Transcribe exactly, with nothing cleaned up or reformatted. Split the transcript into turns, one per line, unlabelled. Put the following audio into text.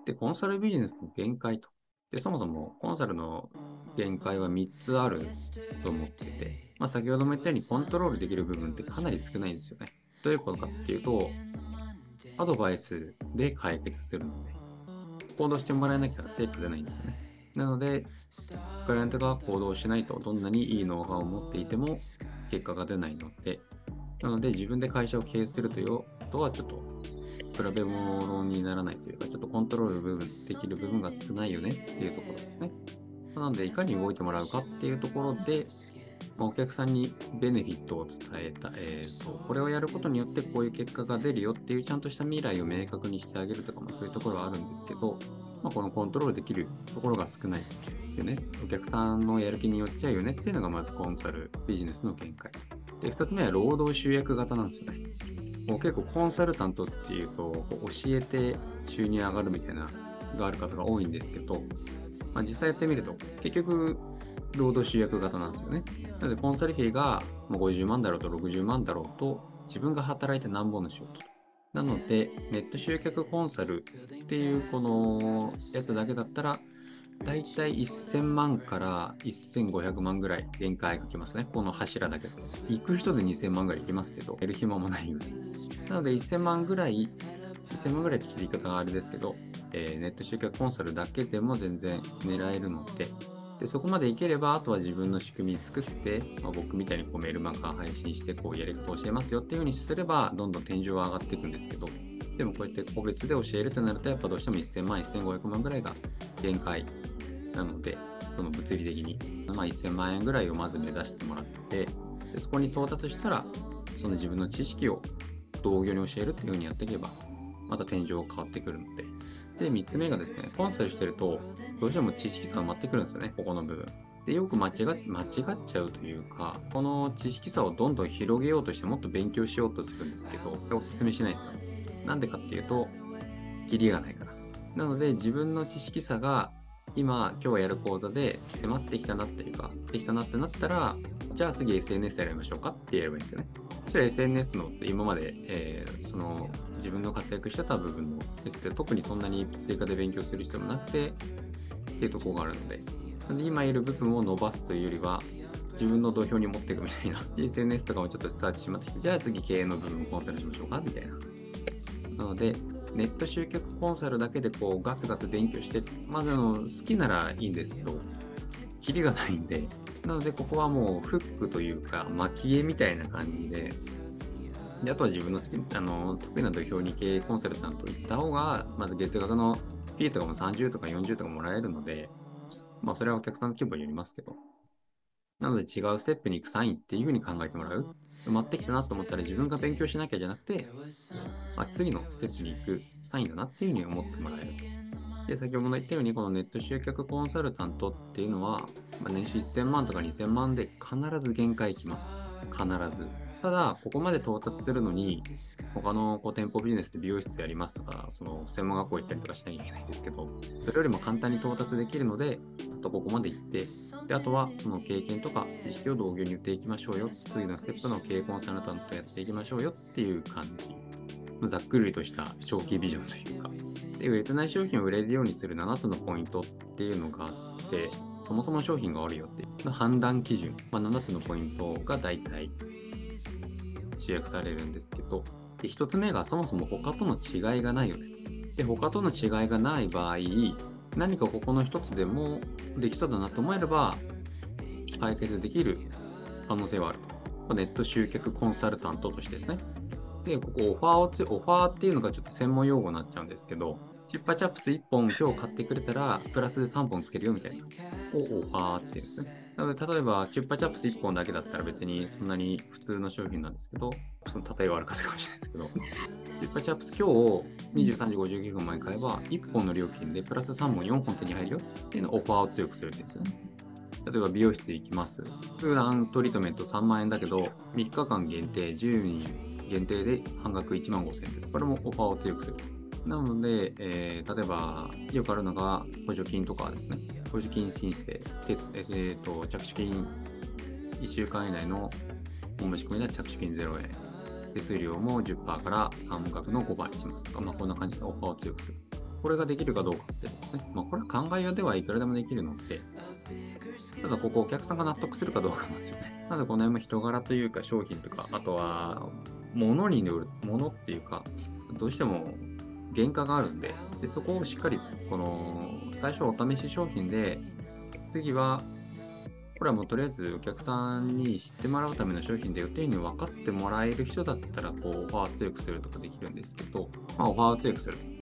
で、コンサルビジネスの限界と。で、そもそもコンサルの限界はみっつあると思ってて、まあ、先ほども言ったようにコントロールできる部分ってかなり少ないんですよね。どういうことかっていうと、アドバイスで解決するので、行動してもらえなきゃ成果出ないんですよね。なので、クライアントが行動しないとどんなにいいノウハウを持っていても結果が出ないので、なので自分で会社を経営するということはちょっと比べ物にならないというか、ちょっとコントロール部分できる部分が少ないよねっていうところですね。なので、いかに動いてもらうかっていうところで、まあ、お客さんにベネフィットを伝えた、えーと、これをやることによってこういう結果が出るよっていうちゃんとした未来を明確にしてあげるとか、まあ、そういうところはあるんですけど、まあ、このコントロールできるところが少ないっていうね、お客さんのやる気によっちゃうよねっていうのがまずコンサルビジネスの限界。で、二つ目は労働集約型なんですよね。もう結構コンサルタントっていうと、こう教えて収入上がるみたいながある方が多いんですけど、まあ、実際やってみると、結局、労働集約型なんですよね。なので、コンサル費がごじゅうまんだろうとろくじゅうまんだろうと、自分が働いてなんぼの仕事。なので、ネット集客コンサルっていうこのやつだけだったら、だいたいせんまんからせんごひゃくまんぐらい限界がきますね。この柱だけ。行く人でにせんまんぐらい行きますけど、やる暇もないぐらい。なのでせんまんぐらい、せんまんぐらいって言い方があれですけど、えーネット集客コンサルだけでも全然狙えるので、で、そこまでいければ、あとは自分の仕組み作って、まあ、僕みたいにこうメールマガ配信して、こうやり方を教えますよっていうふうにすれば、どんどん天井は上がっていくんですけど、でもこうやって個別で教えるとなると、やっぱどうしてもせんまん、せんごひゃくまんぐらいが限界なので、その物理的に、まあ、せんまんえんぐらいをまず目指してもらって、でそこに到達したら、その自分の知識を同業に教えるっていうふうにやっていけば、また天井変わってくるので。で、みっつめがですね、コンサルしてると、どうしても知識差が回ってくるんですよね、ここの部分。で、よく間違間違っちゃうというか、この知識差をどんどん広げようとしてもっと勉強しようとするんですけど、これおすすめしないですよ。なんでかっていうと、キリがないから。なので、自分の知識差が今、今日やる講座で迫ってきたなっていうか、できたなってなったら、じゃあ次 エスエヌエス やりましょうかってやればいいですよね。そしたら エスエヌエス のって今まで、えー、その自分の活躍してた部分のやつで特にそんなに追加で勉強する必要もなくてっていうところがあるので、なんで今いる部分を伸ばすというよりは、自分の土俵に持っていくみたいな。エスエヌエス とかもちょっとスターチしまってきて、じゃあ次経営の部分をコンサルしましょうかみたいな。なので、ネット集客コンサルだけでこうガツガツ勉強して、まずあの好きならいいんですけど、キリがないんで、なのでここはもうフックというか、蒔絵みたいな感じで、であとは自分の好きあの得意な土俵に経営コンサルタント行った方が、まず月額のフィーとかもさんじゅうとかよんじゅうとかもらえるので、まあそれはお客さんの規模によりますけど、なので違うステップに行くサインっていう風に考えてもらう。埋まってきたなと思ったら自分が勉強しなきゃじゃなくて、まあ、次のステップに行くサインだなっていう風に思ってもらえる。で、先ほども言ったように、このネット集客コンサルタントっていうのは、まあ、年収せんまんとかにせんまんで必ず限界きます。必ず。ただ、ここまで到達するのに、他のこう店舗ビジネスで美容室やりますとか、その専門学校行ったりとかしなきゃいけないんですけど、それよりも簡単に到達できるので、ずっとここまで行って、で、あとはその経験とか知識を同業に言っていきましょうよ。次のステップの経営コンサルタントやっていきましょうよっていう感じ。ざっくりとした長期ビジョンというか。で、売れてない商品を売れるようにするななつのポイントっていうのがあって、そもそも商品が悪いよっていう判断基準、まあ、ななつのポイントが大体集約されるんですけど、で、ひとつめがそもそも他との違いがないよね。で、他との違いがない場合、何かここの一つでもできそうだなと思えれば、解決できる可能性はあると。ネット集客コンサルタントとしてですね。で、ここオファーをつ、オファーっていうのがちょっと専門用語になっちゃうんですけど、チュッパチャップスいっぽん今日買ってくれたら、プラスでさんぼんつけるよみたいな。をオファーっていうんですね。なので、例えば、チュッパチャップスいっぽんだけだったら別にそんなに普通の商品なんですけど、その例え悪かったかもしれないですけど、チュッパチャップス今日にじゅうさんじごじゅうきゅうふんまえに買えば、いっぽんの料金でプラスさんぼん、よんほん手に入るよっていうのをオファーを強くするって言うんですよね。例えば美容室行きます。普段トリートメントさんまんえんだけど、みっかかん限定じゅうにん限定で半額いちまんごせんえんです。これもオファーを強くする。なので、えー、例えば、よくあるのが補助金とかですね。補助金申請、テスえー、と着手金いっしゅうかん以内のお申し込みでは着手金ぜろえん。手数料も じゅっパーセント から半額のごばいにしますとか、まあ、こんな感じでオファーを強くする。ここれができるかどうかっていうのですね。まあ、これは考えようではいくらでもできるので、ただここお客さんが納得するかどうかなんですよね。ただこの辺も人柄というか商品とか、あとは物による、物っていうか、どうしても原価があるんで、でそこをしっかり、この、最初はお試し商品で、次は、これはもうとりあえずお客さんに知ってもらうための商品だよっていうふうに分かってもらえる人だったら、こう、オファーを強くするとかできるんですけど、まあ、オファーを強くすると。